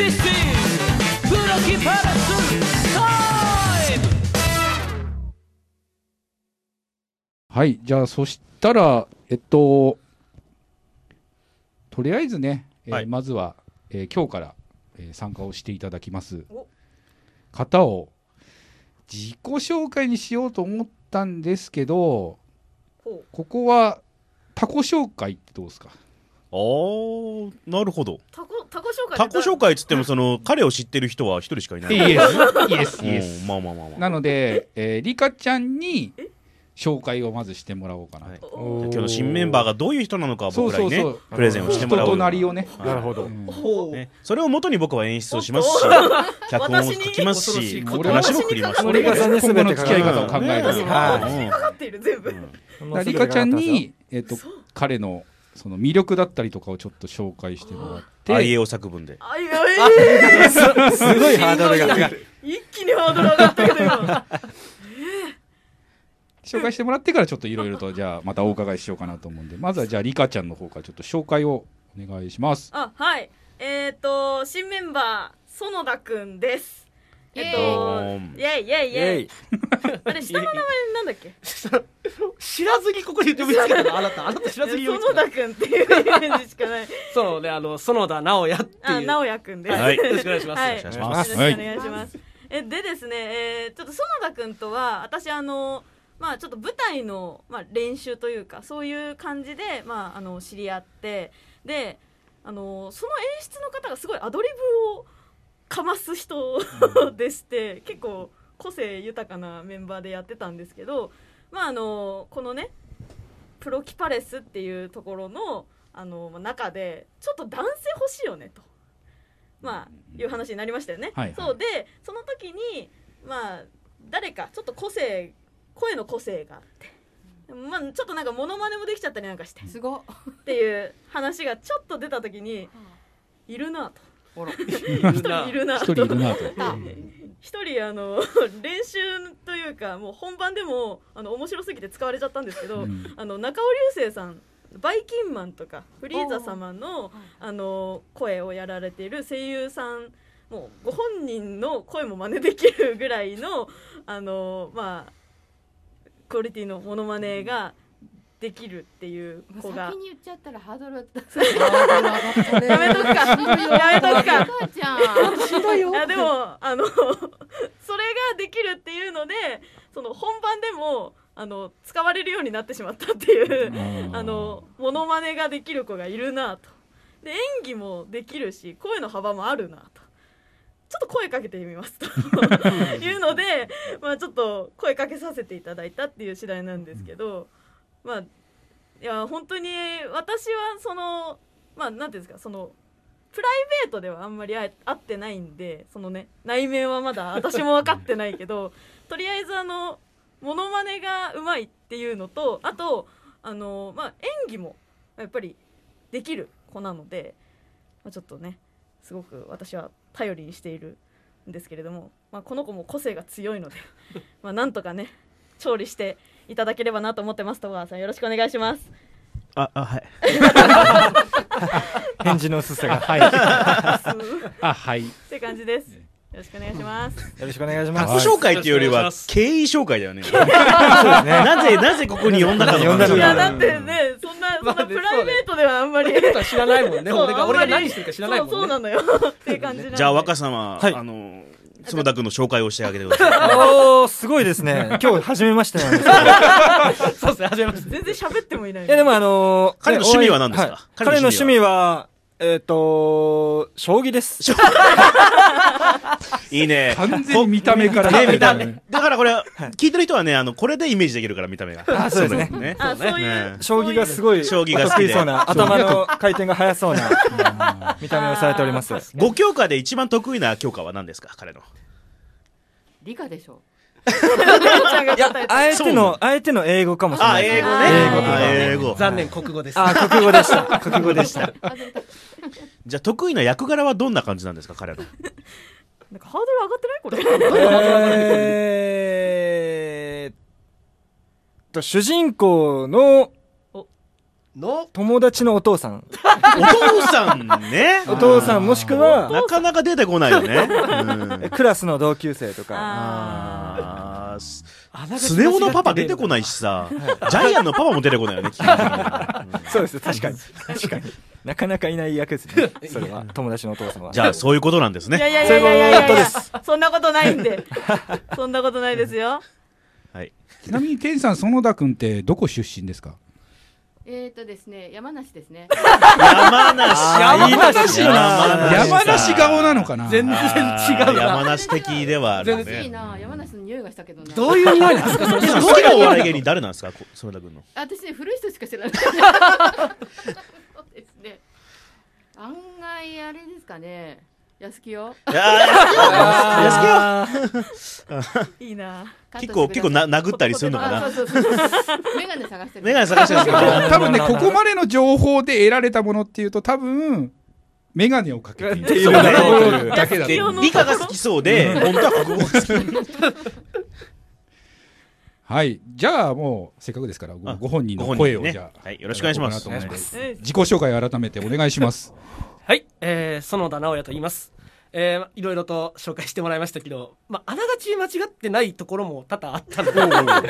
This is 黒木パラスタイム。 はい、じゃあそしたらとりあえずね、 はいまずは、今日から、参加をしていただきます方を自己紹介にしようと思ったんですけど、ここは他己紹介ってどうですか？ なるほど。 タコ紹介。 タコ紹介っつっても彼を知ってる人は一人しかいない。 イエスイエス。 まあ。 なので、リカちゃんに紹介をまずしてもらおうかなと。 今日の新メンバーがどういう人なのか僕らにねプレゼンをしてもらおう。 人となりをね。 なるほど。 それを元に僕は演出をしますし、脚本を書きますし、話も振ります。 俺が今後の付き合い方を考える。 私にかかっている全部。 リカちゃんに彼のその魅力だったりとかをちょっと紹介してもらって、 愛用作文で。 すごいハードルが上がる。 一気にハードル上がったけど今。 紹介してもらってからちょっといろいろとじゃあまたお伺いしようかなと思うんで、まずはじゃあリカちゃんの方からちょっと紹介をお願いします。 はい。新メンバー園田くんです。イェイあれ下の名前なんだっけ？ 知らずにここに呼びつけたのあなた知らずに呼びつけた。 園田くんっていうイメージしかない。 そうね、園田直也っていう。 直也くんです。 はい。 よろしくお願いします。 よろしくお願いします。でですね、ちょっと園田くんとは私まあちょっと舞台の練習というかそういう感じで知り合って、でその演出の方がすごいアドリブをかます人でして、結構個性豊かなメンバーでやってたんですけど、このねプロキパレスっていうところの中でちょっと男性欲しいよねという話になりましたよね。そうでその時に誰かちょっと声の個性があって、ちょっとなんかモノマネもできちゃったりなんかしてすごっていう話がちょっと出た時にいるなと。一人いるなと。一人練習というかもう本番でも面白すぎて使われちゃったんですけど、中尾隆聖さんバイキンマンとかフリーザ様の声をやられている声優さん、もうご本人の声も真似できるぐらいのクオリティのモノマネができるっていう子が、 先に言っちゃったらハードルだった。 やめとくか。 しんどいよ。 いやでもそれができるっていうので、その本番でも使われるようになってしまったっていうモノマネができる子がいるなと。で演技もできるし声の幅もあるなと。ちょっと声かけてみますというので、ちょっと声かけさせていただいたっていう次第なんですけど、いや本当に私はなんていうんですか、プライベートではあんまり会ってないんで、内面はまだ私も分かってないけどとりあえずモノマネがうまいっていうのと、あと演技もやっぱりできる子なので、ちょっとねすごく私は頼りにしているんですけれども、この子も個性が強いのでなんとかね調理していただければなと思ってます。戸川さんよろしくお願いします。 はい返事の薄さがはいって感じです。よろしくお願いします。 よろしくお願いします。 タコ紹介っていうよりは経緯紹介だよね。なぜここに呼んだかの話。 いやだってね、そんなプライベートではあんまり知らないもんね。俺が何してるか知らないもんね。 そうなのよっていう感じなんで。 じゃあ若様園田君の紹介をしてあげてください。 すごいですね。今日初めましてなんですけど。 そうですね、初めまして。 全然喋ってもいない。 いやでも彼の趣味は何ですか？ 彼の趣味は将棋です。 いいね。 完全に見た目からね、だからこれ聞いてる人はねこれでイメージできるから、見た目が。 そうですね。将棋がすごい将棋が好きでそうな、頭の回転が速そうな見た目をされております。 5教科で一番得意な教科は何ですか？彼の理科でしょ。 いや、あえての英語かもしれない。 英語ね。英語。 残念、国語です。 国語でした。国語でした。 じゃあ得意な役柄はどんな感じなんですか？彼の。 なんかハードル上がってないこれ。主人公のの友達のお父さん。 お父さんね。 お父さんもしくはなかなか出てこないよね。 クラスの同級生とか。 ああ、スネ夫のパパ出てこないしさ、ジャイアンのパパも出てこないよね。 そうです、確かに。なかなかいない役ですね。それは友達のお父様は。 じゃあそういうことなんですね。 いやそういうことです。 そんなことないんで。そんなことないですよ。 はい。 ちなみに天さん、園田君ってどこ出身ですか？ ですね、山梨ですね。 山梨顔なのかな。 全然違うな。 山梨的ではあるね。 いいな、山梨の匂いがしたけどね。 どういう匂いなんですか？ 好きなお笑い芸人誰なんですか、園田君の。 私ね、古い人しか知らない。そうですね。案外あれですかね。安清。 安清。 いいな。 結構殴ったりするのかな。 メガネ探してる。 メガネ探してるんですけど、 多分ね、ここまでの情報で得られたものっていうと、多分メガネをかけているそうねだけだと。 理科が好きそうで、本当は国語が好き。 はい、じゃあもうせっかくですからご本人の声をじゃあ、 はい、よろしくお願いします。 自己紹介改めてお願いします。 はい、園田直也と言います。いろいろと紹介してもらいましたけど、あながち間違ってないところも多々あったので、あなが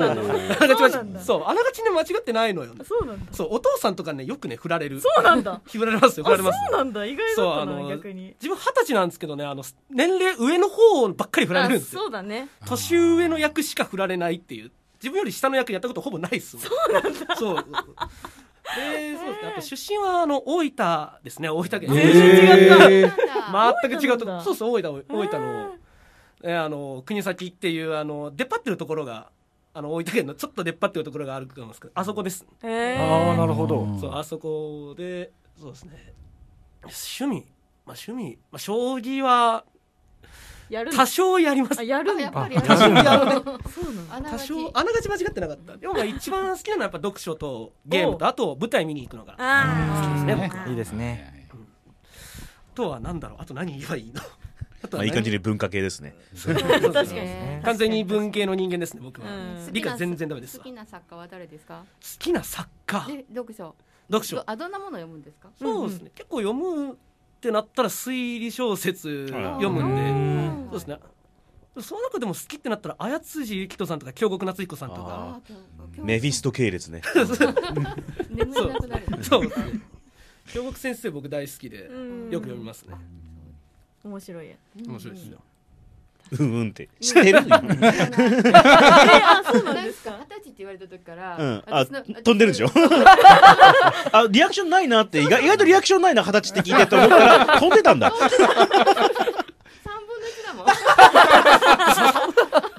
ちね間違ってないのよ。 そうなんだ。 そう、お父さんとかねよくね振られる。 そうなんだ。 振られますよ。振られます。 そうなんだ。意外だったな、逆に。 自分20歳なんですけどね、年齢上の方ばっかり振られるんですよ。 そうだね。 年上の役しか振られないっていう。自分より下の役やったことほぼないっす。 そうなんだ。 そう。そうですね。あと出身は大分ですね。大分県。 全然違った。 全く違うとこ。そうそう、大分の国東っていう出っ張ってるところが大分県のちょっと出っ張ってるところがあると思うんですけど、あそこです。 ああ、なるほど。 そう、あそこで、そうですね。趣味、将棋は多少やります。 やるんだ。 やっぱり多少やるね。 そうなんだ。 多少あながち間違ってなかった。でも一番好きなのはやっぱ読書とゲームと、あと舞台見に行くのが好きですね。 いいですね。 あとは何だろう。あと何言えばいいの？ いい感じで文化系ですね。 確かに。 完全に文系の人間ですね、僕は。理科全然ダメです。 好きな作家は誰ですか？ 好きな作家。 読書。 どんなもの読むんですか？ そうですね。結構読むってなったら推理小説読むんで、そうですね。その中でも好きってなったら綾辻ゆきとさんとか京極夏彦さんとか、 メフィスト系列ね。 眠れなくなる。 そうですね。京極先生僕大好きでよく読みますね。 面白いや。 面白いですよ。 って知ってる？ そうなんですか。 20歳って言われた時から、 飛んでるでしょ。リアクションないなって、意外とリアクションないな20歳って聞いてと思ったら飛んでたんだ。 3分の1だもん。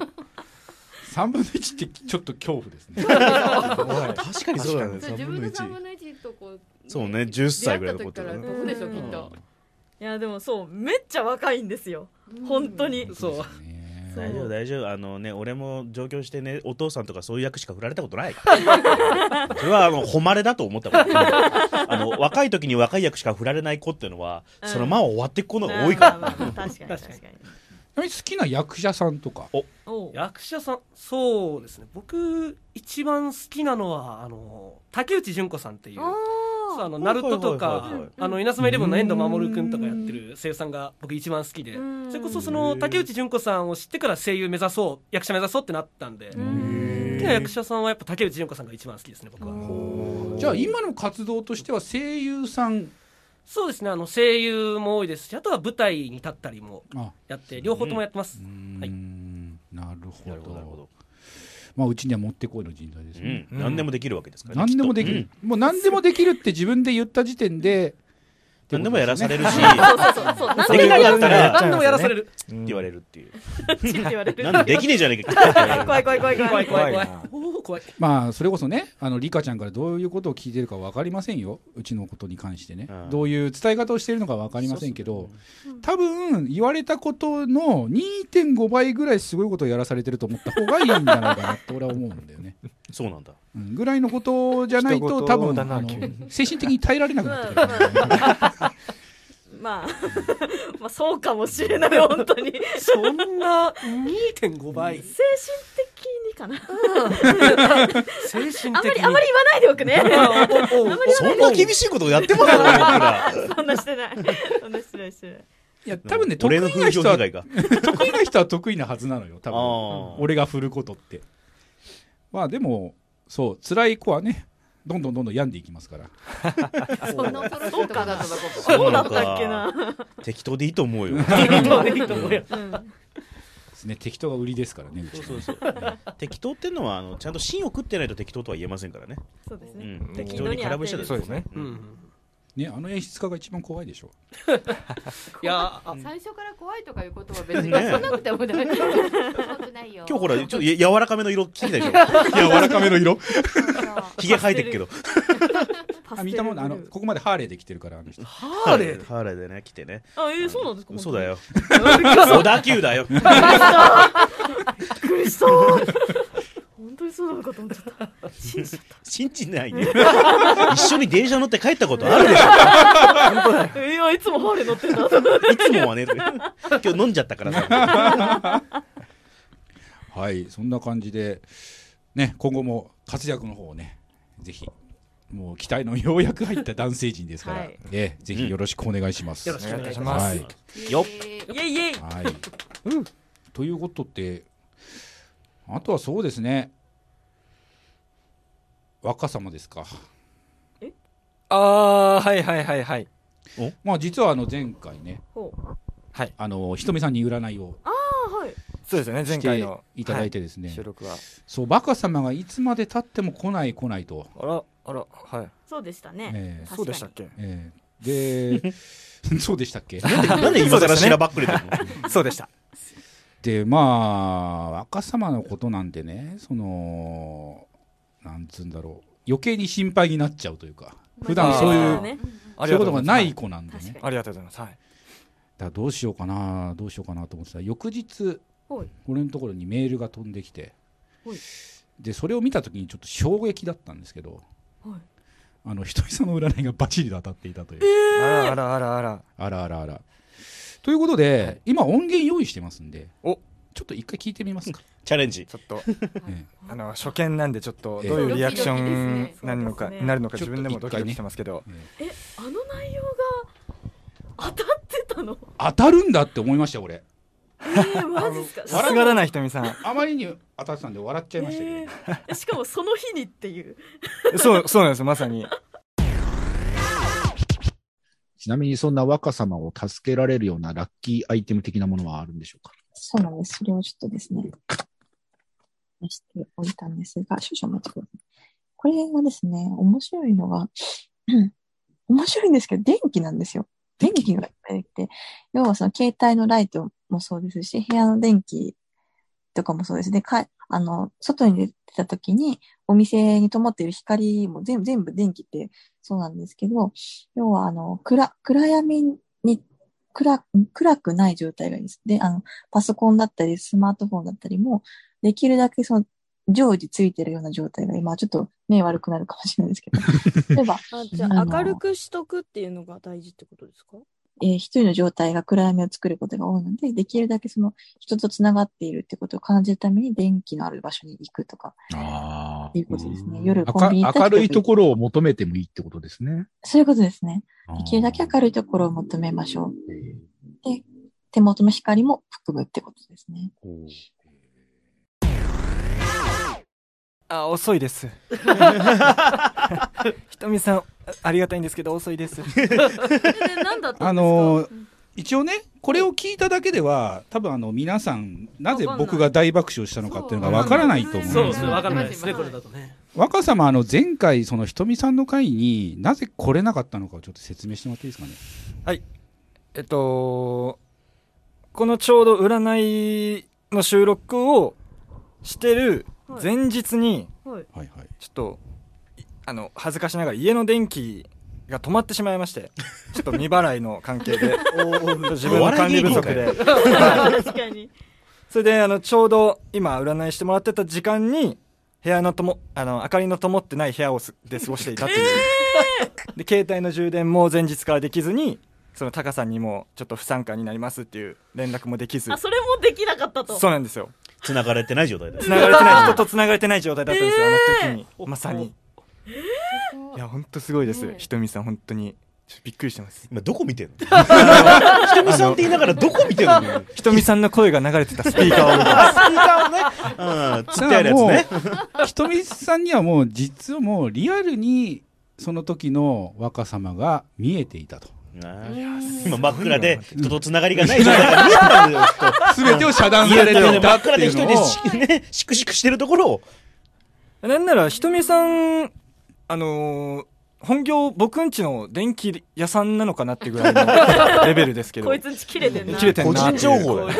3分の1ってちょっと恐怖ですね。 確かにそうだね。 自分の3分の1とこう。 そうね、10歳ぐらいのことだね。 飛ぶでしょきっと。 いやでもそうめっちゃ若いんですよ。本当に。 そう。 大丈夫俺も上京してね、お父さんとかそういう役しか振られたことない。それは誉れだと思ったもん。若い時に若い役しか振られない子っていうのは、そのまま終わっていく子のが多いから。 確かに。 好きな役者さんとか。 役者さん、そうですね。僕一番好きなのは竹内純子さんっていう。ナルトとか稲妻イレブンの遠藤守君とかやってる声優さんが僕一番好きで、それこそその竹内純子さんを知ってから声優目指そう、役者目指そうってなったんで、好きな役者さんはやっぱ竹内純子さんが一番好きですね、僕は。 じゃあ今の活動としては声優さん。 そうですね、声優も多いですし、あとは舞台に立ったりもやって、両方ともやってます。はい、 なるほど。うちにはもってこいの人材ですね。 何でもできるわけですからね。 何でもできる。もう何でもできるって自分で言った時点で何でもやらされるし、できななかったら何でもやらされるって言われるっていう。 なんでできねえじゃねえか。 怖い。 それこそね、リカちゃんからどういうことを聞いてるか分かりませんよ。うちのことに関してね、どういう伝え方をしているのか分かりませんけど、多分言われたことの 2.5 倍ぐらいすごいことをやらされてると思った方がいいんじゃないかなって俺は思うんだよね。 そうなんだ。 ぐらいのことじゃないと多分精神的に耐えられなくなってくる。 まあそうかもしれない本当に。 そんな 2.5 倍。 精神的にかな。 精神あんま的にり言わないでおくね。 そんな厳しいことをやってますよ、僕ら。 そんなしてない。そんなしてないしてない。 いや多分ね得意俺の風な人は評被害が。 得意な人は得意なはずなのよ多分。 あー俺が振ることって。まあでもそう辛い子はねどんどん病んでいきますから。 そんな恐ろしいとこだったのここ。 そうだったっけな。 適当でいいと思うよ。 いいと思うよ。 ですね、適当が売りですからね。うちそうそうそう。適当っていうのはちゃんと芯を食ってないと適当とは言えませんからね。 そうですね。 うん、適当に空振りしたらそうですね。 ね、演出家が一番怖いでしょ。 いや最初から怖いとかいうことは別に出さなくても大丈夫。怖くないよ。 今日ほらちょっと柔らかめの色聞きたいでしょ。 柔らかめの色。 ひげ生えてるけど。 見たもんここまでハーレーで来てるからハーレーハーレーでね来てね。 あ、そうなんですか。 嘘だよ。小田急だよ。 びっくりした。本当にそうなのかと思っちゃった。 信じないね。一緒に電車乗って帰ったことあるでしょ。 いや、いつもハーレー乗ってんだ。 いつもはね。今日飲んじゃったからさ。 はい、そんな感じでね今後も活躍の方をねぜひもう期待のようやく入った男性陣ですから、ぜひよろしくお願いします。 よろしくお願いします。 はい、 よっ。 イエイイエイ。 はい。ということってあとはそうですね。若様ですか。 はいはいはいはい。 まあ実は前回ね、 はいひとみさんに占いをそうですよね前回のいただいてですね、 収録はそう若様がいつまで経っても来ないと。 あらはい。 そうでしたね。 そうでしたっけ。 でそうでしたっけ。 なんで今更しらばっくれてるの。 そうでした。 でまあ若様のことなんでねなんつうんだろう余計に心配になっちゃうというか普段そういうことがない子なんでね。 ありがとうございます。はい。 だからどうしようかなと思ってたら翌日俺のところにメールが飛んできてでそれを見た時にちょっと衝撃だったんですけどひとみさんの占いがバチリと当たっていたという。 あら。 ということで、今音源用意してますんでちょっと一回聞いてみますか。 チャレンジ。 ちょっと初見なんでちょっとどういうリアクションなるのか自分でもドキドキしてますけど。 あの内容が当たってたの。 当たるんだって思いました俺。 マジですか。 さすがだなひとみさん。 あまりに当たってたんで笑っちゃいましたけど、 しかもその日にっていう。 そうなんですまさに。 ちなみにそんな若様を助けられるようなラッキーアイテム的なものはあるんでしょうか。 そうなんです。それをちょっとですね、出しておいたんですが、少々お待ちください。これがですね、面白いのが、面白いんですけど、電気なんですよ。電気が出てきて、要はその携帯のライトもそうですし、部屋の電気とかもそうですね。外に出た時に、お店に灯っている光も全部電気ってそうなんですけど、要は暗闇に暗くない状態がいいです。で、パソコンだったり、スマートフォンだったりも、できるだけ常時ついてるような状態が今ちょっと目悪くなるかもしれないですけど。例えば、 じゃあ明るくしとくっていうのが大事ってことですか？ 一人の状態が暗闇を作ることが多いので、できるだけ人とつながっているってことを感じるために電気のある場所に行くとか、っていうことですね。夜コンビニ行った明るいところを求めてもいいってことですね。 そういうことですね。できるだけ明るいところを求めましょう。で、手元の光も含むってことですね。 遅いです。ひとみさんありがたいんですけど遅いです。 何だったんですか？ 一応ねこれを聞いただけでは多分皆さんなぜ僕が大爆笑したのかっていうのがわからないと思うんですよ。 そうですね、わからないですねこれだとね。 若様前回そのひとみさんの会になぜ来れなかったのかをちょっと説明してもらっていいですかね。 はい。このちょうど占いの収録をしてる前日に、ちょっと恥ずかしながら家の電気が止まってしまいまして、ちょっと未払いの関係で自分の管理不足で確かに。 それでちょうど今占いしてもらってた時間に部屋の明かりの灯ってない部屋で過ごしていたっていう、で携帯の充電も前日からできずに、そのタカさんにもちょっと不参加になりますっていう連絡もできず。 それもできなかったと。 そうなんですよ。 繋がれてない状態だ。 繋がれてない人と繋がれてない状態だったんですよ、あの時にまさに。いや本当すごいです、ひとみさん本当にびっくりしてます。 今どこ見てんの？ひとみさんって言いながらどこ見てんの？ ひとみさんの声が流れてたスピーカーを見てます。 スピーカーをね、つってあるやつね。 ひとみさんにはもう実はもうリアルにその時の若様が見えていたと。 今真っ暗で人とつながりがない状態が見えたんだよ。 全てを遮断されていたっていうのを真っ暗で一人でね、シクシクしてるところを。 なんならひとみさん本業僕んちの電気屋さんなのかなってぐらいのレベルですけど。 こいつんち切れてんな。 切れてんな。 個人情報だよ。 い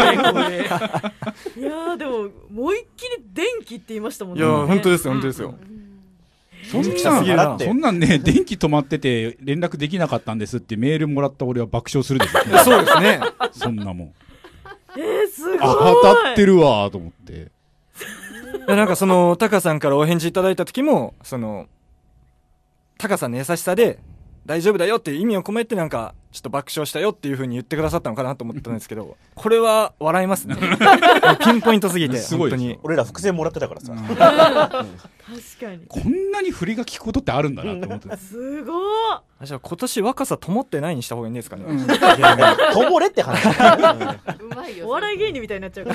やでも思いっきり電気って言いましたもんね。 いや本当ですよ本当ですよ。 そんなんね、電気止まってて連絡できなかったんですってメールもらった俺は爆笑するでしょ。 そうですね。 そんなもん。 すごい。 当たってるわと思って。 なんかそのタカさんからお返事いただいた時もそのタカさんの優しさで大丈夫だよっていう意味を込めてなんかちょっと爆笑したよっていう風に言ってくださったのかなと思ったんですけど、これは笑いますね。ピンポイントすぎて本当に。 俺ら伏線もらってたからさ。 確かに。 こんなに振りが効くことってあるんだなと思って。 すごい。 じゃあ今年若さ灯ってないにした方がいいんですかね。 灯れって話。 うまいよ。 お笑い芸人みたいになっちゃうから。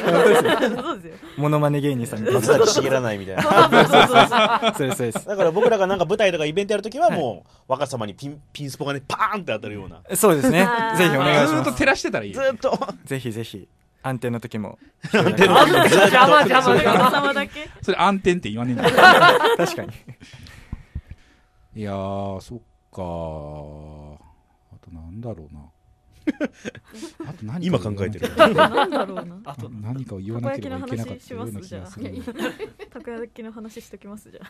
そうですよ。 モノマネ芸人さんみたいな。 松崎しげらないみたいな。 そうですそうです。 だから僕らがなんか舞台とかイベントやるときはもう若様にピンスポがねパーンって当たるような。 そうですね。ぜひお願いします。 ずっと照らしてたらいい。 ずっと。 ぜひぜひ。暗転の時も。 暗転の時もずっと。 邪魔だけ。 それ暗転って言わねえんだよ。 確かに。 いやー、そっかー。あとなんだろうな。あと何今考えてる。 なんだろうな。 あと何かを言わなければいけなかったような気がする。 たこ焼きの話しときますじゃ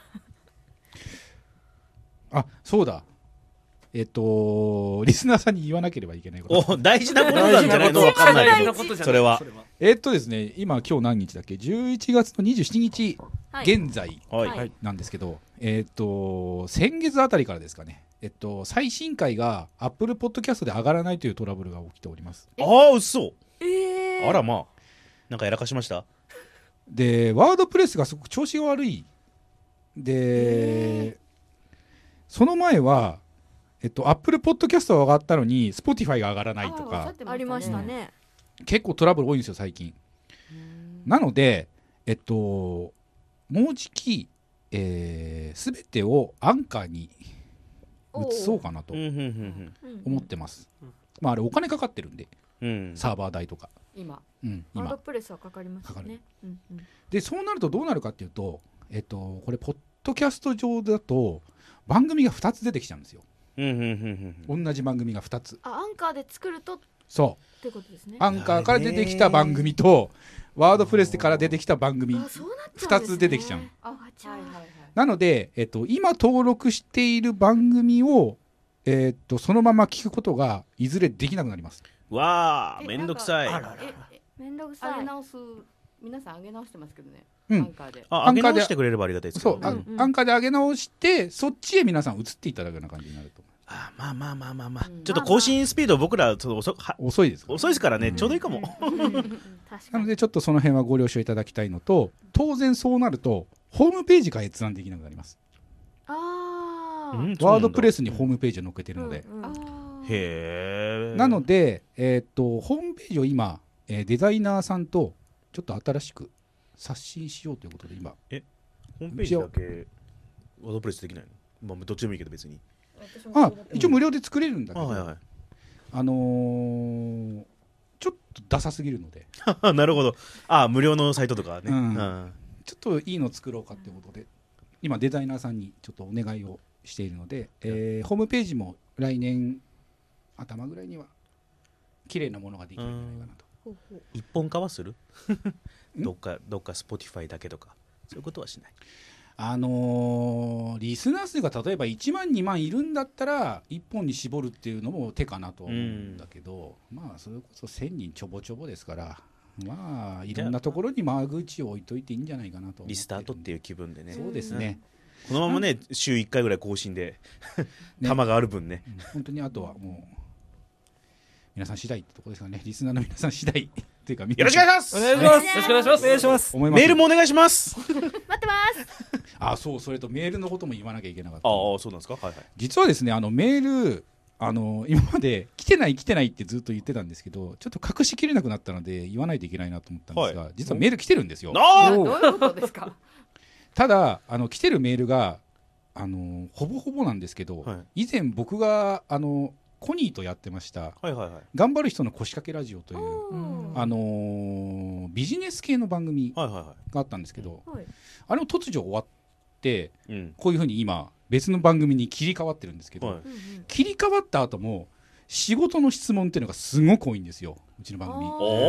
あ。あ、そうだ。リスナーさんに言わなければいけないこと。 大事なことなんじゃないの？わかんないけど。それは。 ですね、今日何日だっけ？11月の27日現在なんですけど、先月あたりからですかね。最新回が Apple Podcast で上がらないというトラブルが起きております。 ああ、嘘。あらまあ。なんかやらかしました？ で、ワードプレスがすごく調子が悪い。で、その前はApple Podcast は上がったのに Spotify が上がらないとかありましたね。 結構トラブル多いんですよ最近。なのでもうじき全てをアンカーに移そうかなと思ってます。まああれお金かかってるんで、サーバー代とか今ワードプレスはかかりますね。 でそうなるとどうなるかっていうとこれポッドキャスト上だと番組が2つ出てきちゃうんですよ。同じ番組が2つ。 アンカーで作るとそうってことですね。 アンカーから出てきた番組とワードプレスから出てきた番組2つ出てきちゃう。なので、今登録している番組を、そのまま聞くことがいずれできなくなります。 わあ、めんどくさい。 めんどくさい。 上げ直す、皆さん上げ直してますけどね。 アンカーで。 上げ直してくれればありがたいですけど。 そう、アンカーで上げ直してそっちへ皆さん移っていただくような感じになると。 まあちょっと更新スピード僕ら遅いですからね、ちょうどいいかも。 なのでちょっとその辺はご了承いただきたいのと、当然そうなるとホームページから閲覧できなくなります。ワードプレスにホームページを載っけてるので。 へえ。 なのでホームページを今デザイナーさんとちょっと新しく刷新しようということで今ホームページだけワードプレスできないの？まあどっちでもいいけど別に。 一応無料で作れるんだけど、ちょっとダサすぎるのでなるほど。無料のサイトとかね、 ちょっといいの作ろうかっていうことで今デザイナーさんにちょっとお願いをしているので、ホームページも来年頭ぐらいには綺麗なものができるんじゃないかなと。 一本化はするどっか Spotify だけとかそういうことはしない？ リスナー数が例えば1万2万いるんだったら1本に絞るっていうのも手かなと思うんだけど、まあそれこそ1000人ちょぼちょぼですから、まあいろんなところに間口を置いといていいんじゃないかなと。 リスタートっていう気分でね。 そうですね。 このままね週1回ぐらい更新で玉がある分ね。 本当にあとはもう皆さん次第ってとこですからね。リスナーの皆さん次第っていうか、 よろしくお願いします。 お願いします。 よろしくお願いします。 お願いします。 思いますメールもお願いします。 待ってますあ、そう、それとメールのことも言わなきゃいけなかった。 ああ、そうなんですか。はいはい。 実はですね、メール今まで来てないってずっと言ってたんですけど、ちょっと隠しきれなくなったので言わないといけないなと思ったんですが、実はメール来てるんですよ。 どういうことですか。 ただ来てるメールがほぼほぼなんですけど、以前僕がコニーとやってました、頑張る人の腰掛けラジオという、ビジネス系の番組があったんですけど、あれも突如終わって、こういうふうに今別の番組に切り替わってるんですけど、切り替わった後も仕事の質問っていうのがすごく多いんですよ、うちの番組。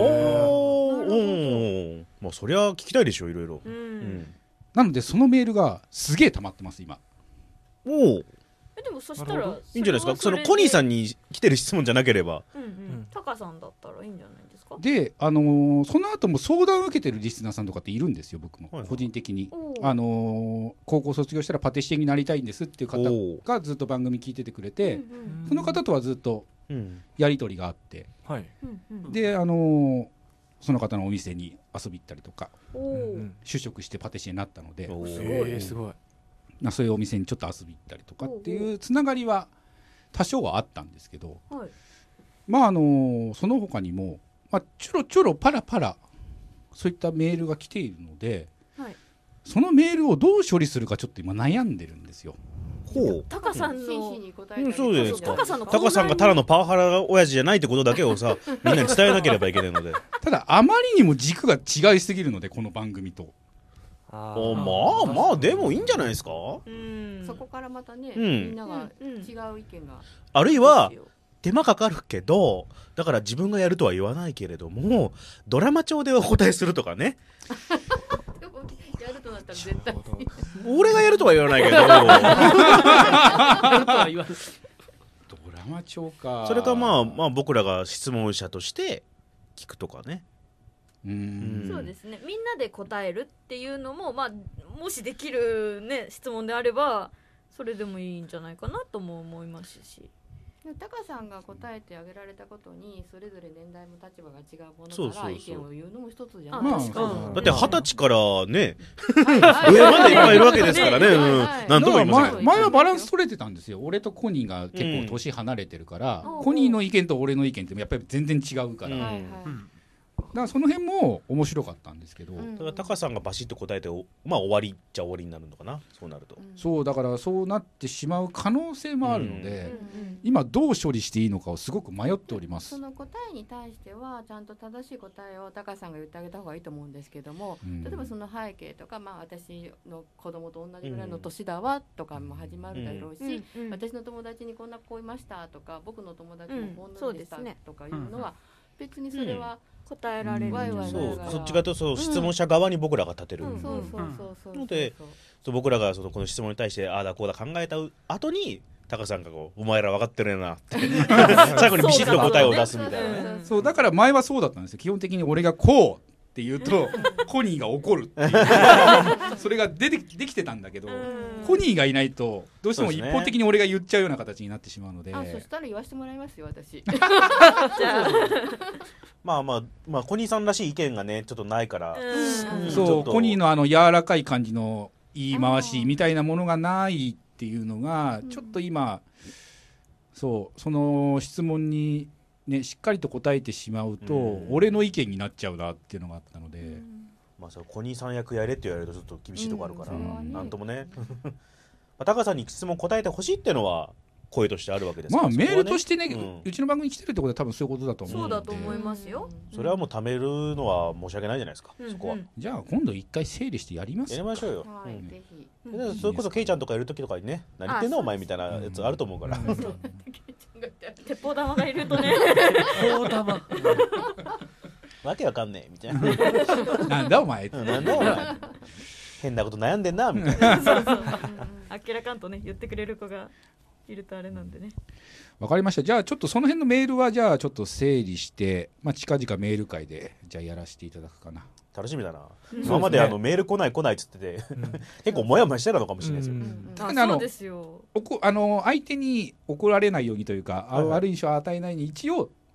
まあそりゃ聞きたいでしょ、いろいろ。 なのでそのメールがすげえ溜まってます今。 おお。でもそしたらいいんじゃないですか。そのコニーさんに来てる質問じゃなければ、 タカさんだったらいいんじゃないですか。 でその後も相談を受けてるリスナーさんとかっているんですよ、僕も個人的に。高校卒業したらパティシエになりたいんですっていう方がずっと番組聞いててくれて、その方とはずっとやり取りがあって、でその方のお店に遊び行ったりとか、就職してパティシエになったので、 すごい。 そういうお店にちょっと遊び行ったりとかっていうつながりは多少はあったんですけど、まあその他にも、ちょろちょろパラパラそういったメールが来ているので、そのメールをどう処理するかちょっと今悩んでるんですよ。 タカさんのそうですか。タカさんがただのパワハラ親父じゃないってことだけをさ、みんなに伝えなければいけないので。 ただあまりにも軸が違いすぎるので、この番組と。 まあでもいいんじゃないですか。 そこからまたね、みんなが違う意見が、 あるいは手間かかるけど、だから自分がやるとは言わないけれども、ドラマ帳でお答えするとかね。 やるとなったら絶対俺がやるとは言わないけどドラマ帳か。 それかまあ僕らが質問者として聞くとかね。 そうですね、みんなで答えるっていうのも、もしできる、ね、質問であればそれでもいいんじゃないかなとも思いますし、 タカさんが答えてあげられたことにそれぞれ年代も立場が違うものから意見を言うのも一つじゃないですか。 だって20歳からね上までいっぱいいるわけですからね。なんとも言いません。 前はバランス取れてたんですよ。俺とコニーが結構年離れてるから、コニーの意見と俺の意見ってやっぱり全然違うから、だからその辺も面白かったんですけど、 タカさんがバシッと答えて終わりっちゃ終わりになるのかな、そうなると。 そうだからそうなってしまう可能性もあるので、今どう処理していいのかをすごく迷っております。 その答えに対してはちゃんと正しい答えをタカさんが言ってあげた方がいいと思うんですけども、例えばその背景とか、私の子供と同じぐらいの年だわとかも始まるだろうし、私の友達にこんな子いましたとか、僕の友達もこんなでしたとかいうのは別にそれは答えられる。 そっちがと質問者側に僕らが立てるので、僕らがこの質問に対してああだこうだ考えた後にタカさんがお前ら分かってるよなって最後にビシッと答えを出すみたいなね。 そうだから前はそうだったんですよ。基本的に俺がこうって言うとコニーが怒るっていうそれができてたんだけど、コニーがいないとどうしても一方的に俺が言っちゃうような形になってしまうので。 そしたら言わせてもらいますよ私。 コニーさんらしい意見がねちょっとないから、 そうコニーの柔らかい感じの言い回しみたいなものがないっていうのがちょっと今、その質問にね、しっかりと答えてしまうと、俺の意見になっちゃうなっていうのがあったので、 コニーさん役やれって言われるとちょっと厳しいところあるから、なんともねタカさんに質問答えてほしいっていうのは声としてあるわけですから、 メールとしてね、うちの番組に来てるってことは多分そういうことだと思うので。 そうだと思いますよ。 それはもう貯めるのは申し訳ないじゃないですか、そこは。 じゃあ今度一回整理してやりますか。 やりましょうよ。それこそケイちゃんとかいる時とかにね、何言ってんのお前みたいなやつあると思うから。 鉄砲玉がいるとね。 鉄砲玉。 わけわかんねえみたいな。なんだお前。 なんだお前。変なこと悩んでんなみたいな。 あっけらかんとね言ってくれる子がいるとあれなんでね。 わかりました。じゃあちょっとその辺のメールはじゃあちょっと整理して、近々メール会でじゃあやらせていただくかな。 楽しみだな。今までメール来ないっつってて結構モヤモヤしてたのかもしれないですよ。 そうですよ。 相手に怒られないようにというか、悪い印象を与えないように一応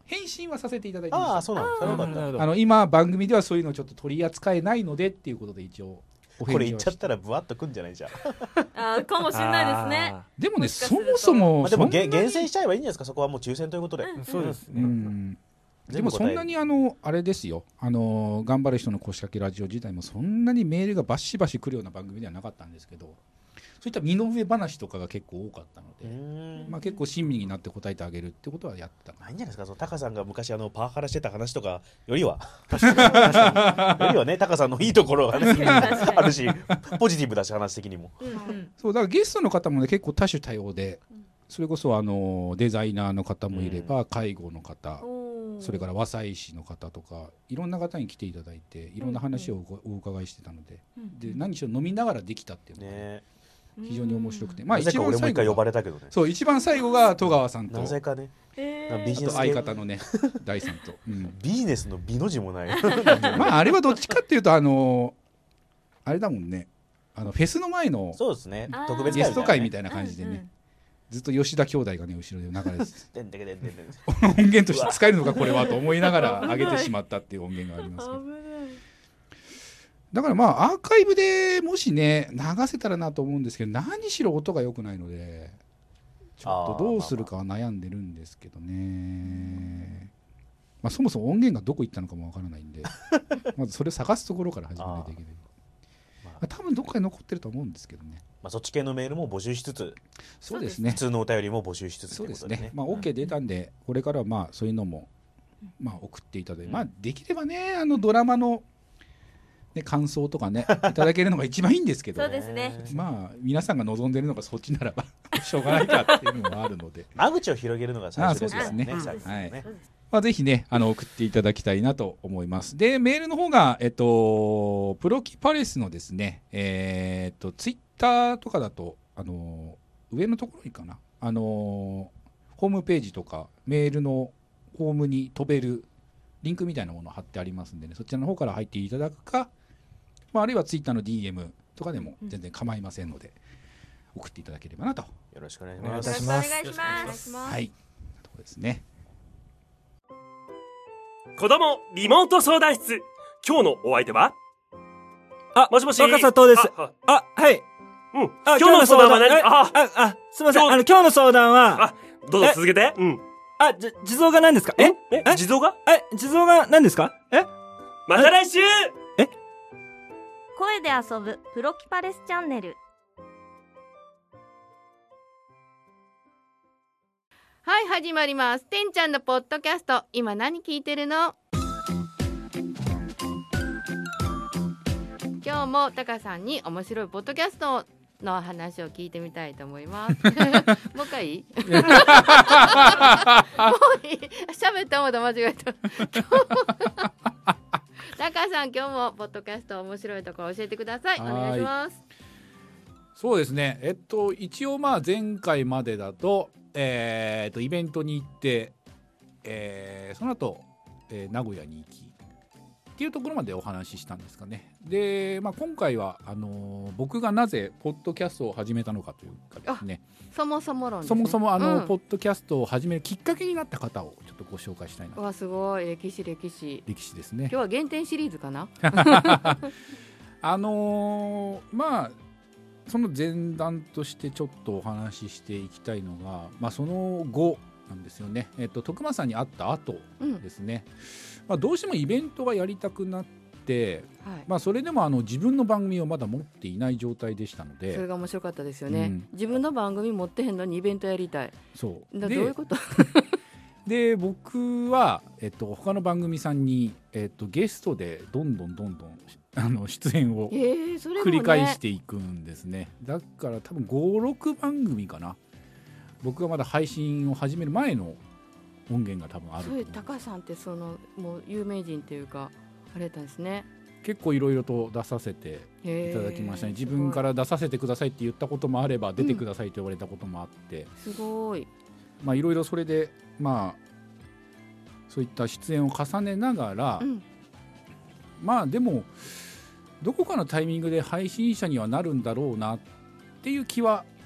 返信はさせていただいてました。 ああ、そうなんだ。 今番組ではそういうのをちょっと取り扱えないのでっていうことで一応これ言っちゃったらブワッとくんじゃないじゃん。 あかもしれないですね。 でもね、そもそもでも厳選しちゃえばいいんじゃないですか。そこはもう抽選ということで。 そうですね。 でもそんなにあれですよ、頑張る人の腰掛けラジオ自体もそんなにメールがバシバシ来るような番組ではなかったんですけど、そういった身の上話とかが結構多かったので、まあ、結構親身になって答えてあげるってことはやってた。 ないんじゃないですか。タカさんが昔パワハラしてた話とかよりはよりはね、タカさんのいいところがねあるし、ポジティブだし話的にも。 そうだからゲストの方もね結構多種多様で、それこそデザイナーの方もいれば、介護の方、それから和裁師の方とかいろんな方に来ていただいていろんな話をお伺いしてたので、で何しろ飲みながらできたっていうのが、ね、非常に面白くて、まあ一番俺も一回呼ばれたけどね。 そう一番最後が戸川さんとなぜかね、 ビジネス相方のね大さんと、 ビジネスの美の字もないまああれはどっちかっていうとあれだもんね、フェスの前のそうですね、特別ゲスト会みたいな感じでね、ずっと吉田兄弟がね後ろで流れて音源として使えるのかこれはと思いながら上げてしまったっていう音源がありますけど、だからまあアーカイブでもしね流せたらなと思うんですけど、何しろ音が良くないのでちょっとどうするかは悩んでるんですけどね。まあそもそも音源がどこ行ったのかもわからないんでまずそれを探すところから始めないといけない。多分どっかに残ってると思うんですけどね。 まあそっち系のメールも募集しつつ、 そうですね、 普通のお便りも募集しつつ、 そうですね。まあ OK 出たんで、これからはまあそういうのもまあ送っていただいて、まあできればねドラマのね感想とかねいただけるのが一番いいんですけど、 そうですね。 まあ皆さんが望んでるのがそっちならばしょうがないかっていうのもあるので、 間口を広げるのが最初ですからね。 はい。まあ、ぜひね送っていただきたいなと思います。でメールの方がプロキパレスのですねツイッターとかだと上のところにかなホームページとかメールのホームに飛べるリンクみたいなものを貼ってありますんでね、そちらの方から入っていただくか、まあ、あるいはツイッターの DM とかでも全然構いませんので、送っていただければなと。 よろしくお願いします。 よろしくお願いします。 はい、そうですね。 子供リモート相談室、今日のお相手はもしもし、 若狭です。はい。 今日の相談は何？ すみません。今日の相談は、 どうぞ続けて。 地蔵が何ですか？ 地蔵が？ 地蔵が何ですか？ また来週。 声で遊ぶプロキパレスチャンネル。 はい、始まります。てんちゃんのポッドキャスト。今何聞いてるの？今日もタカさんに面白いポッドキャストの話を聞いてみたいと思います。もう一回いい？もういい。喋ったもんだ、間違えた。タカさん、今日もポッドキャスト面白いところ教えてください。お願いします。 そうですね。一応まあ前回までだとイベントに行って、その後、名古屋に行きっていうところまでお話ししたんですかね。で、まあ、今回は僕がなぜポッドキャストを始めたのかというかですね、 そもそも論ですね、そもそもポッドキャストを始めるきっかけになった方をちょっとご紹介したいなと。 わ、すごい歴史ですね。 今日は原点シリーズかな。 まあその前段としてちょっとお話ししていきたいのが、まあ、その後なんですよね。徳間さんに会った後ですね、まあ、どうしてもイベントがやりたくなって、まあ、それでも自分の番組をまだ持っていない状態でしたので、 それが面白かったですよね、自分の番組持ってへんのにイベントやりたい。 そうどういうことで僕は、他の番組さんに、ゲストでどんどん出演を繰り返していくんですね。だから多分 5,6 番組かな。僕がまだ配信を始める前の音源が多分あると思う。 そういう高さんってもう有名人っていうかあれだったんですね。 結構いろいろと出させていただきましたね。自分から出させてくださいって言ったこともあれば、出てくださいと言われたこともあって、 すごい。 まあいろいろそれでまあそういった出演を重ねながら、まあでもどこかのタイミングで配信者にはなるんだろうなっていう気は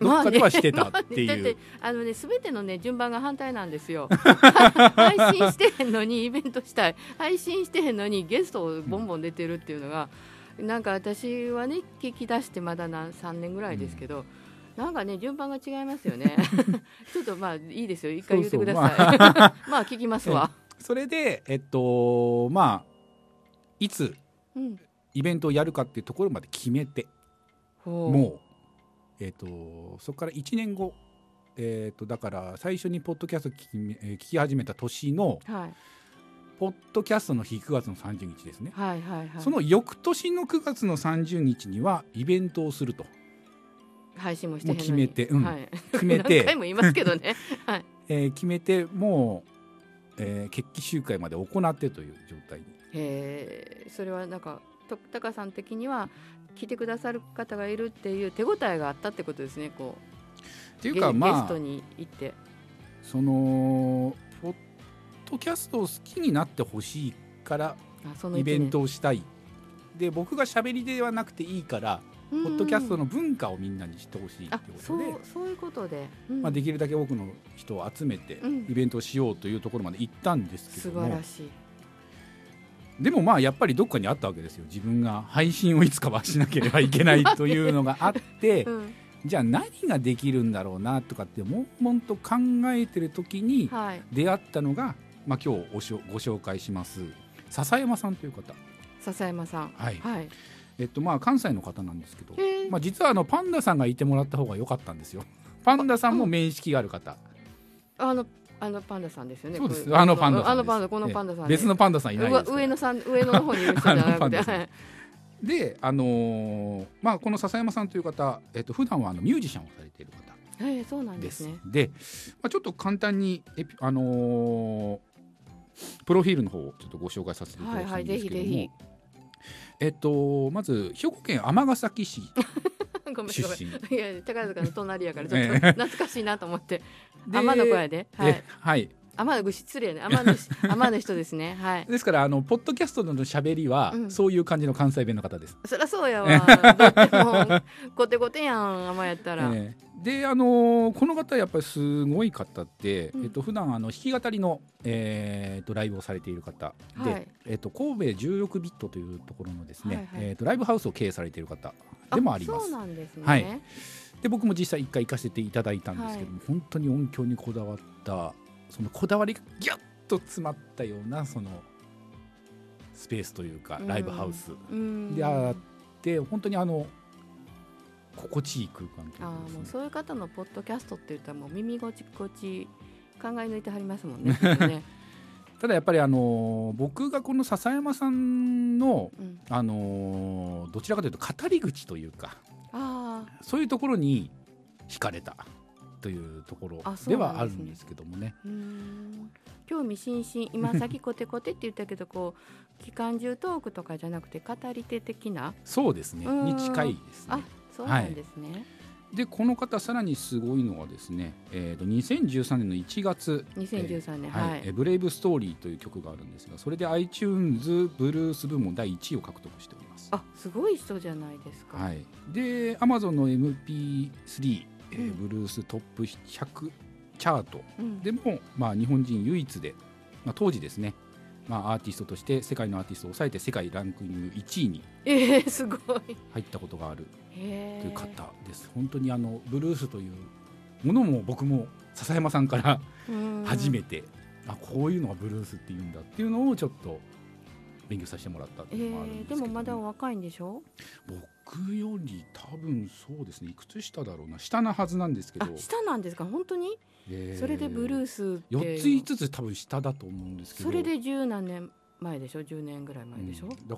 どっかではしてたっていう、 だって全てのね順番が反対なんですよ配信してへんのにイベントしたい、配信してへんのにゲストをボンボン出てるっていうのが、なんか私はね聞き出してまだ3年ぐらいですけど、なんかね順番が違いますよねちょっとまあいいですよ、一回言ってくださいまあ聞きますわ。 それでまあいつイベントをやるかっていうところまで決めて、もうそこから1年後、だから最初にポッドキャスト聞き始めた年の、ポッドキャストの日9月の30日ですね、その翌年の9月の30日にはイベントをすると配信もしてへんのに決めて、決めて何回も言いますけどね、 決めてもう、決起集会まで行ってという状態に。 それはなんかタカさん的には来てくださる方がいるっていう手応えがあったってことですね。こうっていうか、 ゲストに行ってそのポッドキャストを好きになってほしいからイベントをしたい。で僕が喋りではなくていいからポッドキャストの文化をみんなに知ってほしいってことで、 そういうことで、 できるだけ多くの人を集めてイベントをしようというところまで行ったんですけども、 素晴らしい。 でもまあやっぱりどっかにあったわけですよ。自分が配信をいつかはしなければいけないというのがあって、じゃあ何ができるんだろうなとかって悶々と考えてる時に出会ったのが、今日ご紹介します笹山さんという方。 笹山さん、 関西の方なんですけど、実はパンダさんがいてもらった方が良かったんですよ。パンダさんも面識がある方。 あのパンダさんですよね。 そうです。パンダさんです。 このパンダさん、 別のパンダさんいないです。 上の方にいる人じゃなくて。 で、この笹山さんという方、普段はミュージシャンをされている方です。 そうなんですね。 で、ちょっと簡単にプロフィールの方をちょっとご紹介させていただきたいんですけども、まず兵庫県尼崎市出身。 いや宝塚の隣やからちょっと懐かしいなと思って。天の子やで。はい。天の失礼ね。天の人ですね。はい。 ですからポッドキャストの喋りはそういう感じの関西弁の方です。 そりゃそうやわ。だってもうコテコテやん天やったら。 でこの方やっぱりすごい方で、普段弾き語りのライブをされている方で、神戸16ビットというところのですね、ライブハウスを経営されている方でもあります。 そうなんですね。 はい。で僕も実際1回行かせていただいたんですけども、本当に音響にこだわった、そのこだわりがギュッと詰まったようなそのスペースというかライブハウスであって、本当に心地いい空間というかですね。 もうそういう方のポッドキャストって言ったらもう耳ごち考え抜いてはりますもんね。 ただやっぱり僕がこの笹山さんの、どちらかというと語り口というか、そういうところに惹かれたというところではあるんですけどもね。 興味津々、今さっきコテコテって言ったけどこう機関銃トークとかじゃなくて語り手的な、 そうですね、に近いですね。 そうなんですね。 でこの方さらにすごいのはですね、2013年の1月、 2013年、 ブレイブストーリーという曲があるんですが、それで iTunes ブルース部門第1位を獲得しております。 すごい人じゃないですか。 で Amazon の MP3、ブルーストップ100チャートでも、日本人唯一で、当時ですね、アーティストとして世界のアーティストを抑えて世界ランク1位にすごい入ったことがあるという方です。本当にブルースというものも僕も笹山さんから初めて、こういうのがブルースっていうんだっていうのをちょっと勉強させてもらったっていうのもあるんですけど、 でもまだお若いんでしょ。 僕より多分そうですね、いくつ下だろうな、下なはずなんですけど。 下なんですか、本当に。それでブルースって 4つ5つ多分下だと思うんですけど、 それで10何年前でしょ、10年ぐらい前でしょ、 だ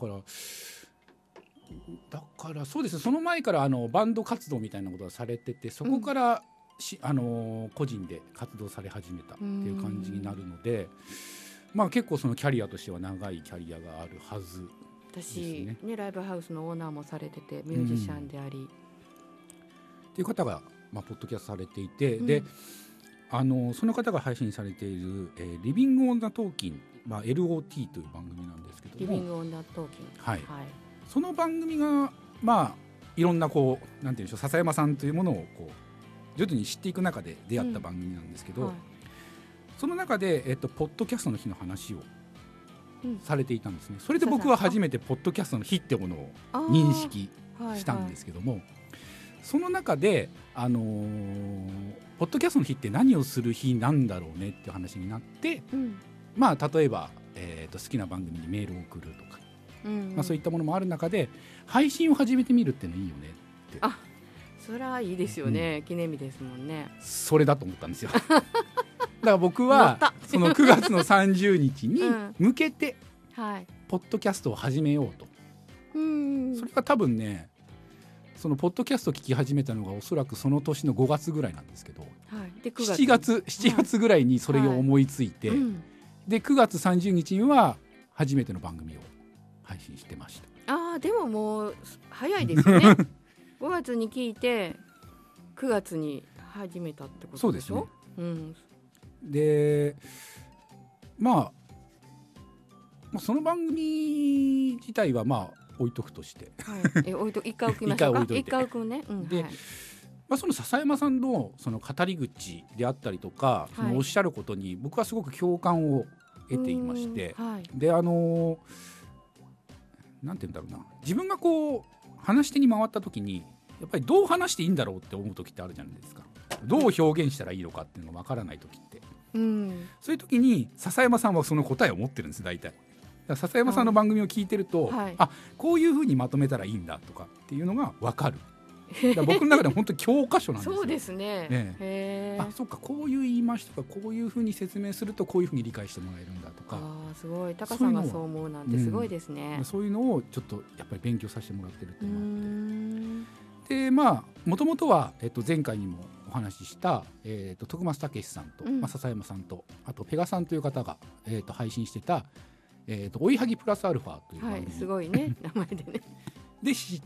からそうですね、その前からバンド活動みたいなことがされてて、そこから、個人で活動され始めたっていう感じになるので、結構そのキャリアとしては長いキャリアがあるはずですね。 私ね、ライブハウスのオーナーもされててミュージシャンであり、 っていう方が、ポッドキャストされていて、でその方が配信されている、リビング・オン・ザ・トーキン、LOT という番組なんですけども、 リビング・オン・ザ・トーキン、 その番組がいろんななんていうんでしょう、笹山さんというものを徐々に知っていく中で出会った番組なんですけど、その中で、ポッドキャストの日の話をされていたんですね。それで僕は初めてポッドキャストの日ってものを認識したんですけども、その中で、ポッドキャストの日って何をする日なんだろうねっていう話になって、まあ例えば、好きな番組にメールを送るとか、まあ、そういったものもある中で配信を始めてみるってのいいよねって。 あ、それはいいですよね、記念日ですもんね。 それだと思ったんですよだから僕はその9月の30日に向けてポッドキャストを始めようと、それが多分ね、そのポッドキャストを聞き始めたのがおそらくその年の5月ぐらいなんですけど、 で 7月ぐらいにそれを思いついて、で9月30日には初めての番組を配信してました。 でももう早いですよね5月に聞いて9月に始めたってことでしょ。そうですね、 でまあその番組自体はまあ置いとくとして、 一回置きましょうか。一回置くね。 で、その笹山さんのその語り口であったりとか、そのおっしゃることに僕はすごく共感を得ていまして、でなんて言うんだろうな、自分がこう話し手に回った時にやっぱりどう話していいんだろうって思う時ってあるじゃないですか。どう表現したらいいのかっていうのが分からない時って、そういう時に笹山さんはその答えを持ってるんです。大体笹山さんの番組を聞いてると、こういうふうにまとめたらいいんだとかっていうのが分かる。だから僕の中では本当に教科書なんですよ。 そうですね。 そうか、こういう言い回しとかこういうふうに説明するとこういうふうに理解してもらえるんだとか。 すごい、タカさんがそう思うなんてすごいですね。 そういうのをちょっとやっぱり勉強させてもらってるっていうのがあって、でもともとは、前回にもお話しした、徳増武さんと、笹山さんとあとペガさんという方が、配信してた追いはぎプラスアルファという番組、 すごいね名前でねで知って、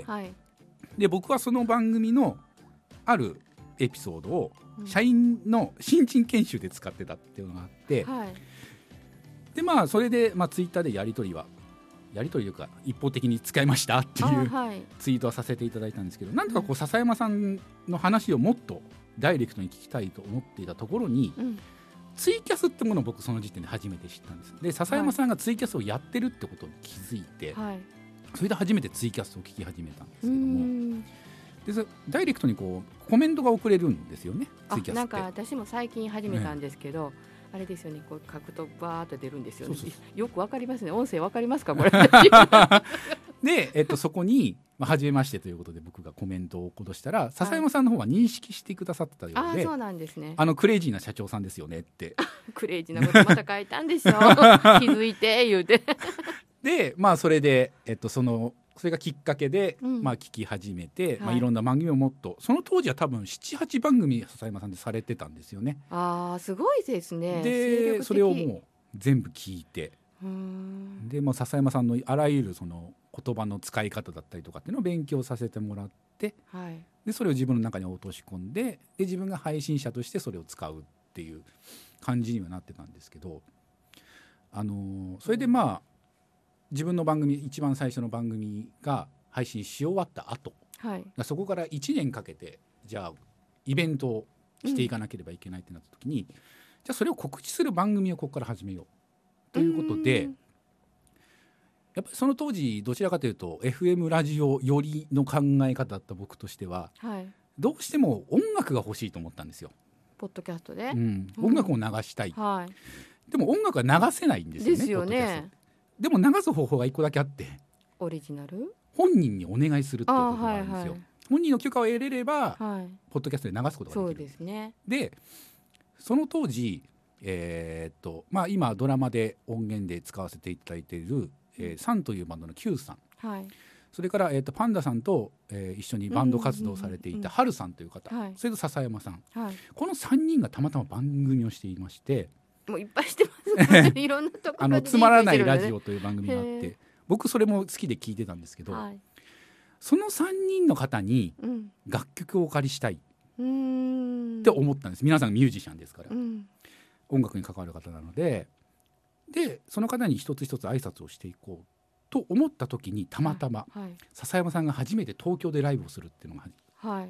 で僕はその番組のあるエピソードを社員の新人研修で使ってたっていうのがあって、でそれで、ツイッターでやり取りというか一方的に使いましたっていうツイートはさせていただいたんですけど、なんとかこう笹山さんの話をもっとダイレクトに聞きたいと思っていたところに、ツイキャスってものを僕その時点で初めて知ったんです。で笹山さんがツイキャスをやってるってことに気づいて、それで初めてツイキャスを聞き始めたんですけども、でダイレクトにこうコメントが送れるんですよね、ツイキャスって。 なんか私も最近始めたんですけど、あれですよね、こう書くとバーっと出るんですよね。よくわかりますね。音声わかりますかこれで、そこに初めましてということで僕がコメントを起こしたら、笹山さんの方は認識してくださってたようで、 そうなんですね。 クレイジーな社長さんですよねってクレイジーなことまた書いたんでしょ気づいて言うてでそれで、それがきっかけで、聞き始めて、いろんな番組をもっと、その当時は多分 7,8 番組笹山さんでされてたんですよね。 すごいですね。 でそれをもう全部聞いて、で笹山さんのあらゆるその言葉の使い方だったりとかっていうのを勉強させてもらって、でそれを自分の中に落とし込んで、自分が配信者としてそれを使うっていう感じにはなってたんですけど、それで自分の番組、一番最初の番組が配信し終わった後、そこから1年かけてじゃあイベントをしていかなければいけないってなった時に、じゃあそれを告知する番組をここから始めようということで、やっぱりその当時どちらかというと FM ラジオ寄りの考え方だった僕としては、どうしても音楽が欲しいと思ったんですよ。 ポッドキャストで、 音楽を流したい、でも音楽は流せないんですよね。 ですよね。 でも流す方法が一個だけあって、 オリジナル本人にお願いするっていうことがあるんですよ。本人の許可を得れれば、ポッドキャストで流すことができる。 そうですね。 でその当時、今ドラマで音源で使わせていただいている、サンというバンドの Q さん、それから、パンダさんと、一緒にバンド活動されていたハルさんという方、それと笹山さん、この3人がたまたま番組をしていまして、 もういっぱいしてますねいろんなところでつまらないラジオという番組があって、僕それも好きで聞いてたんですけど、その3人の方に楽曲をお借りしたいって思ったんです。皆さんミュージシャンですから、音楽に関わる方なので、その方に一つ一つ挨拶をしていこうと思った時に、たまたま笹山さんが初めて東京でライブをするっていうのが、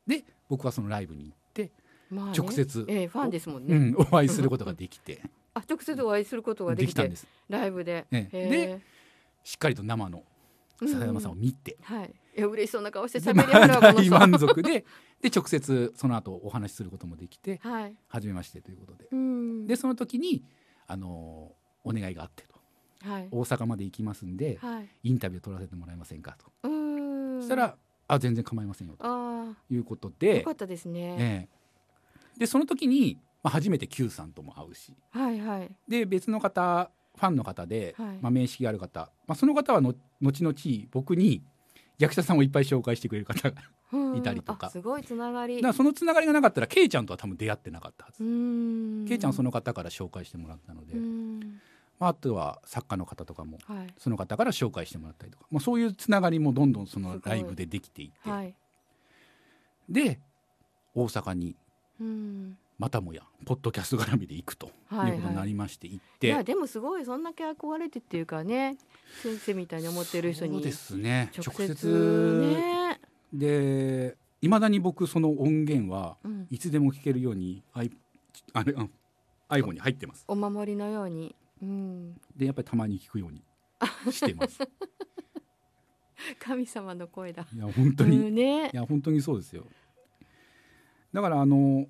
で僕はそのライブに行って、 まあね、 直接、 ファンですもんね、 お会いすることができてあ、直接お会いすることができてたんです、 ライブで、 でしっかりと生の笹山さんを見て、 はい、いや嬉しそうな顔して喋りながらこの大満足で直接その後お話しすることもできて、はい、初めましてということで、でその時にお願いがあってと、はい、大阪まで行きますんで、はい、インタビュー取らせてもらえませんかと、そしたら全然構いませんよということで、 よかったですね、 でその時に、初めて Q さんとも会うし、はいはい、で別の方ファンの方で、はい、面識がある方、その方は後々僕に役者さんをいっぱい紹介してくれる方がいたりとか、 すごいつながり、 だからそのつながりがなかったらケイちゃんとは多分出会ってなかったはず。ケイちゃんはその方から紹介してもらったので、あとは作家の方とかもその方から紹介してもらったりとか、そういうつながりもどんどんそのライブでできていって、はい、で大阪にまたもやポッドキャスト絡みで行くということになりまして、行って、 いやでもすごいそんだけ憧れてっていうかね、先生みたいに思ってる人にそうですね、直接ね、でいまだに僕その音源はいつでも聴けるように、iPhone に入ってます。 お守りのように、 でやっぱりたまに聞くようにしてます神様の声だ。 いや本当に、いや本当にそうですよ。だから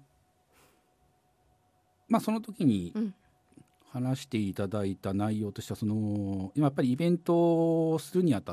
その時に話していただいた内容としては、今やっぱりイベントをするにあたって、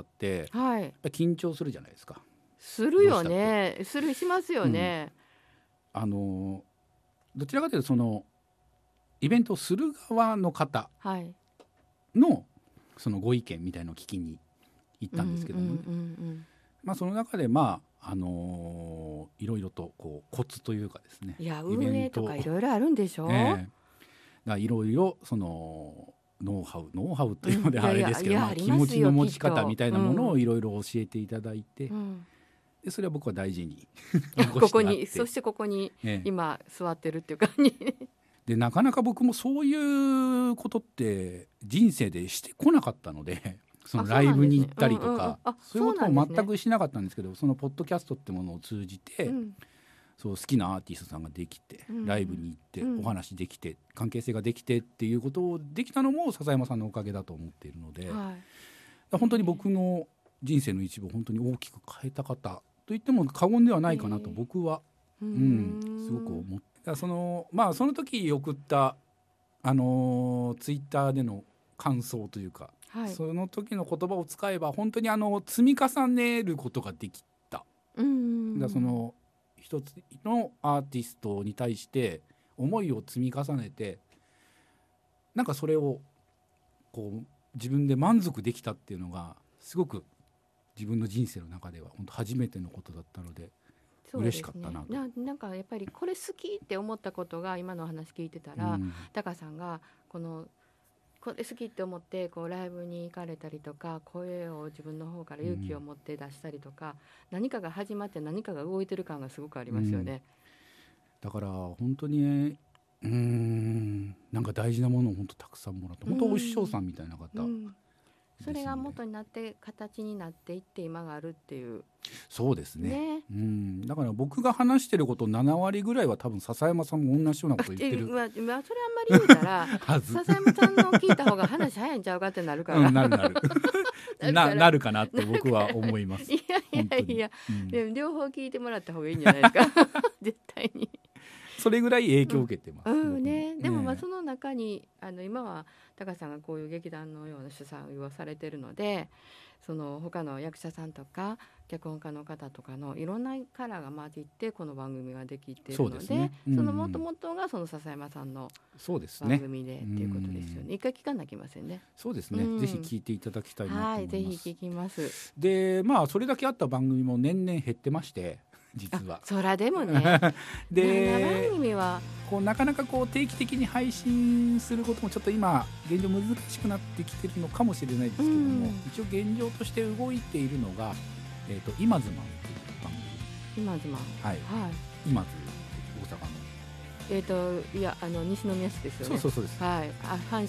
やっぱり緊張するじゃないですか。 するよね、しますよね、 どちらかというとそのイベントをする側の方のそのご意見みたいのを聞きに行ったんですけども、その中でいろいろとこうコツというかですね、 いや運営とかいろいろあるんでしょ、 いろいろそのノウハウというのであれですけど、気持ちの持ち方みたいなものをいろいろ教えていただいて、でそれは僕は大事にここに、そしてここに今座ってるっていう感じで、なかなか僕もそういうことって人生でしてこなかったので、そのライブに行ったりとか、そういうことを全くしなかったんですけど、そのポッドキャストってものを通じて、そう好きなアーティストさんができて、ライブに行ってお話できて、関係性ができてっていうことをできたのも笹山さんのおかげだと思っているので、本当に僕の人生の一部を本当に大きく変えた方と言っても過言ではないかなと僕は、すごく思って、その時送ったツイッターでの感想というか、その時の言葉を使えば本当に積み重ねることができた。だその一つのアーティストに対して思いを積み重ねて、なんかそれをこう自分で満足できたっていうのがすごく自分の人生の中では本当初めてのことだったので嬉しかったなと。 なんかやっぱりこれ好きって思ったことが、今の話聞いてたら、タカさんがこれ好きって思ってこうライブに行かれたりとか、声を自分の方から勇気を持って出したりとか、何かが始まって何かが動いてる感がすごくありますよね、 だから本当になんか大事なものを本当たくさんもらった、本当お師匠さんみたいな方、 それが元になって形になっていって今があるっていう。 そうですね、だから僕が話してること7割ぐらいは多分笹山さんも同じようなこと言ってるそれあんまり言うたら笹山さんの聞いた方が話早いんちゃうかってなるから、 なるかなって僕は思います。 いや、でも両方聞いてもらった方がいいんじゃないですか絶対にそれぐらい影響を受けてます、 でもその中に今はタカさんがこういう劇団のような主催をされてるので、その他の役者さんとか脚本家の方とかのいろんなカラーが混じってこの番組ができているので、そのもともとがその笹山さんの番組でっていうことですよね。一回聞かなきゃいけませんね。 そうですね、ぜひ聞いていただきたいなと思います。 ぜひ聞きます。 でそれだけあった番組も年々減ってまして、実はそらでもねで番組はこうなかなかこう定期的に配信することもちょっと今現状難しくなってきてるのかもしれないですけども、一応現状として動いているのが今ズマンっていう番組。 今ズマン、 今ズ大阪の西宮市ですよね。 そうです。 阪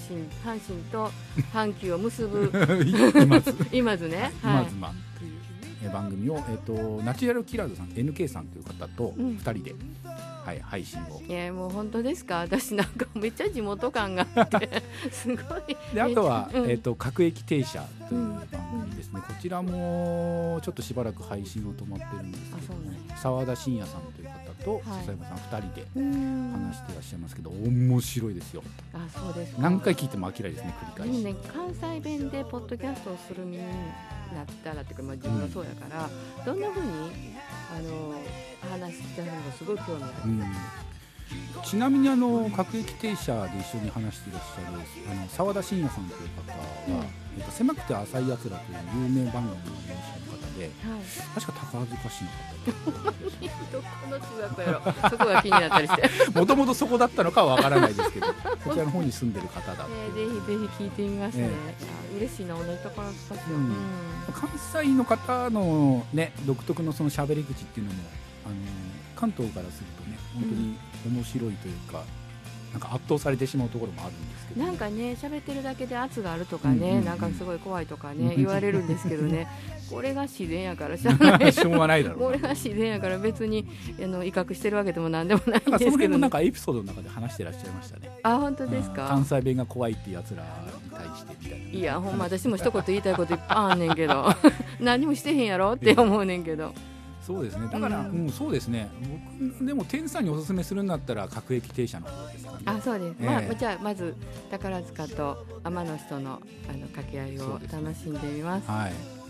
神と阪急を結ぶ今津今津ね。 今津マンという番組を、ナチュラルキラーズさん NK さんという方と2人で、はい、配信を。 いやもう本当ですか。私なんかめっちゃ地元感があってすごい。 であとは、各駅停車という番組ですね、こちらもちょっとしばらく配信を止まってるんですけども、澤田信也さんという方と笹山さん2人で話していらっしゃいますけど、面白いですよ。 あ、そうですか。 何回聞いても飽きないですね、繰り返し。 ね、関西弁でポッドキャストをする身になったらっていうか、自分がそうやから、どんな風に話してるのがすごい興味ある。 ちなみに各駅停車で一緒に話していらっしゃる澤田信也さんという方は、狭くて浅いやつらという有名番組の編集の方で、確か宝塚市の方でどこの中学やろそこが気になったりしてもともとそこだったのかはわからないですけどこちらの方に住んでる方だって、 ぜひぜひ聞いてみますね。嬉しいな、同じ宝塚市。 関西の方のね独特のその喋り口っていうのも関東からするとね本当に面白いというか、なんか圧倒されてしまうところもあるんですけど、 なんかね喋ってるだけで圧があるとかね、なんかすごい怖いとかね言われるんですけどねこれが自然やからしょうがないしょうがないだろう、 これが自然やから別に威嚇してるわけでもなんでもないんですけど、 その辺もなんかエピソードの中で話してらっしゃいましたね。 あ、本当ですか。 関西弁が怖いっていうやつらに対してみたいな。 いやほんま私も一言言いたいこといっぱいあんねんけど何もしてへんやろって思うねんけど。 そうですね。だから、そうですね。僕でも天さんにおすすめするんだったら各駅停車の方ですかね。 あ、そうです。じゃあまず宝塚と天の人の掛け合いを楽しんでみます。 はい。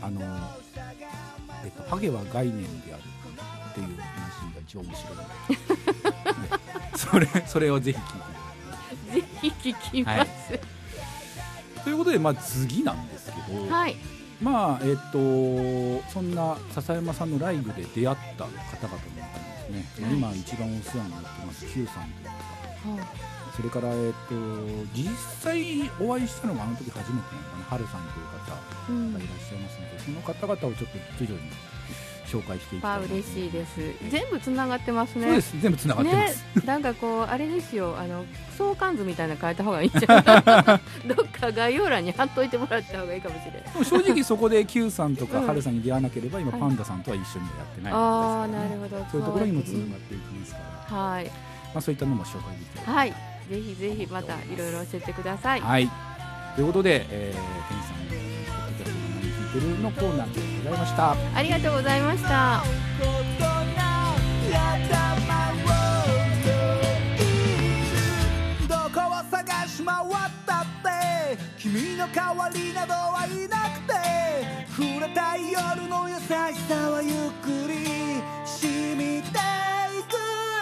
ハゲは概念であるっていう話が一番面白いので、それをぜひ聞いて。 ぜひ聞きます。 ということで次なんですけど。 はい。 そんな笹山さんのライブで出会った方々の中にですね、今一番お世話になってます Q さんという方、それから実際お会いしたのがあの時初めてなのかな、春さんという方がいらっしゃいますので、その方々をちょっと徐々に紹介していきたいと思います。 嬉しいです。全部つながってますね。 そうです、全部つながってます、 なんかこうあれですよ、相関図みたいなの変えた方がいいんじゃないどっか概要欄に貼っといてもらった方がいいかもしれない。 正直そこで Q さんとか春さんに出会わなければ今パンダさんとは一緒にやってないのですから、ね、なるほど、 そういうところにもつながっていきますから、はい、そういったのも紹介できたら、 はい、ぜひぜひまたいろいろ教えてください。 はい、ということで、天さんのポッドキャストが何聞いてるのコーナーでございました。 ありがとうございました。 どこを探し回ったって君の代わりなどはいなくて、触れたい夜の優しさはゆっくり染みていく。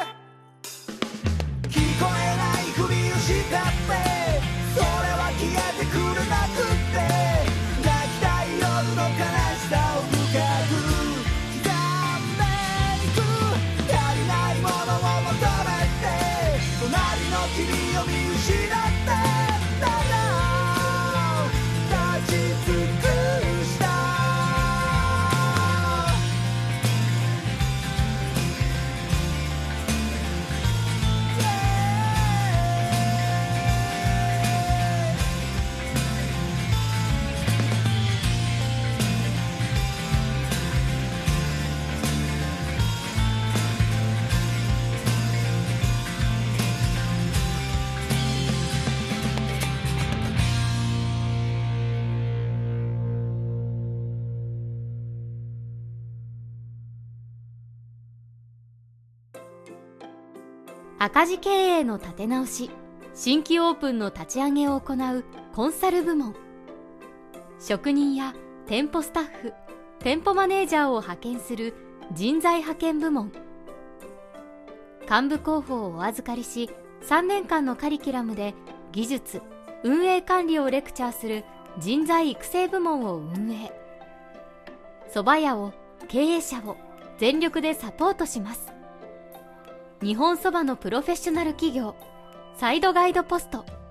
聞こえないふりをしたってそれは消えてくれなくって、泣きたい夜の悲しさを深く刻んでいく。足りないものを求めて隣の君を見失ってただ立ち尽くした赤字経営の立て直し、新規オープンの立ち上げを行うコンサル部門、職人や店舗スタッフ、店舗マネージャーを派遣する人材派遣部門、幹部候補をお預かりし3年間のカリキュラムで技術、運営管理をレクチャーする人材育成部門を運営。蕎麦屋を、経営者を全力でサポートします。日本そばのプロフェッショナル企業、サイドガイドポスト。